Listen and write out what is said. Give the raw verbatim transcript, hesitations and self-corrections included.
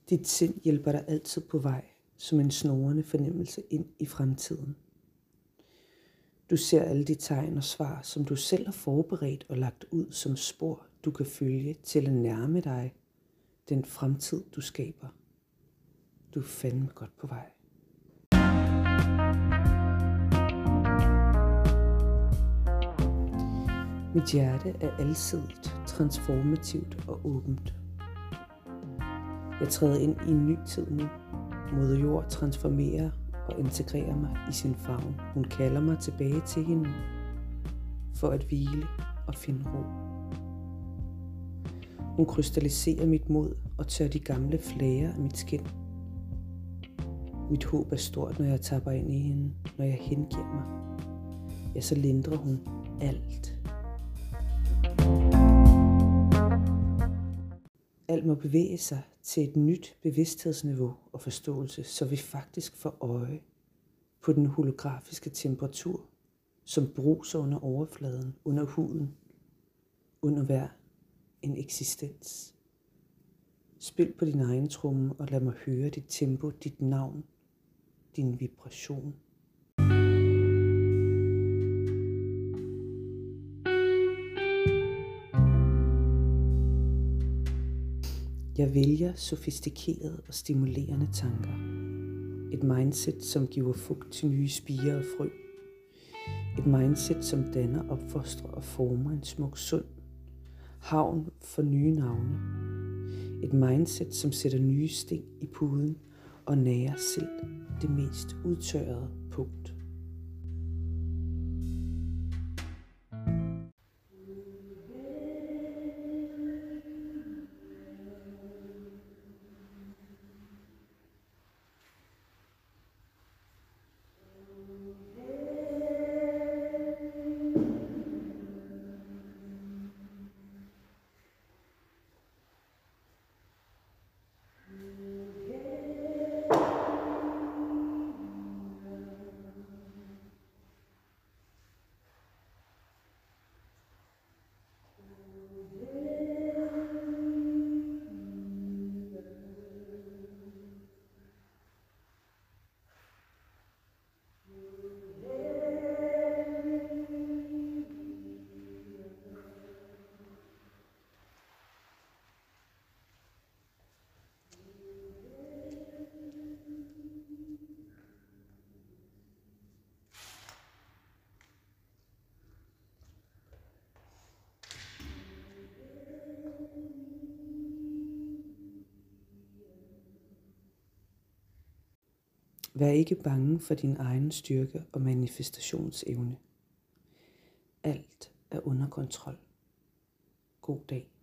Dit sind hjælper dig altid på vej, som en snurrende fornemmelse ind i fremtiden. Du ser alle de tegn og svar, som du selv har forberedt og lagt ud som spor, du kan følge til at nærme dig den fremtid, du skaber. Du er fandme godt på vej. Mit hjerte er alsidigt, transformativt og åbent. Jeg træder ind i en ny tid nu. Moder Jord transformerer og integrerer mig i sin favn. Hun kalder mig tilbage til hende for at hvile og finde ro. Hun krystalliserer mit mod og tør de gamle flager af mit skind. Mit håb er stort, når jeg tapper ind i hende, når jeg hengiver mig. Ja, så lindrer hun alt. Alt må bevæge sig til et nyt bevidsthedsniveau og forståelse, så vi faktisk får øje på den holografiske temperatur, som bruser under overfladen, under huden, under hver en eksistens. Spil på din egen tromme og lad mig høre dit tempo, dit navn, din vibration. Jeg vælger sofistikerede og stimulerende tanker. Et mindset, som giver fugt til nye spirer og frø. Et mindset, som danner, opfostrer og former en smuk sund havn for nye navne. Et mindset, som sætter nye sten i puden og nærer selv det mest udtørrede punkt. Vær ikke bange for din egen styrke og manifestationsevne. Alt er under kontrol. God dag.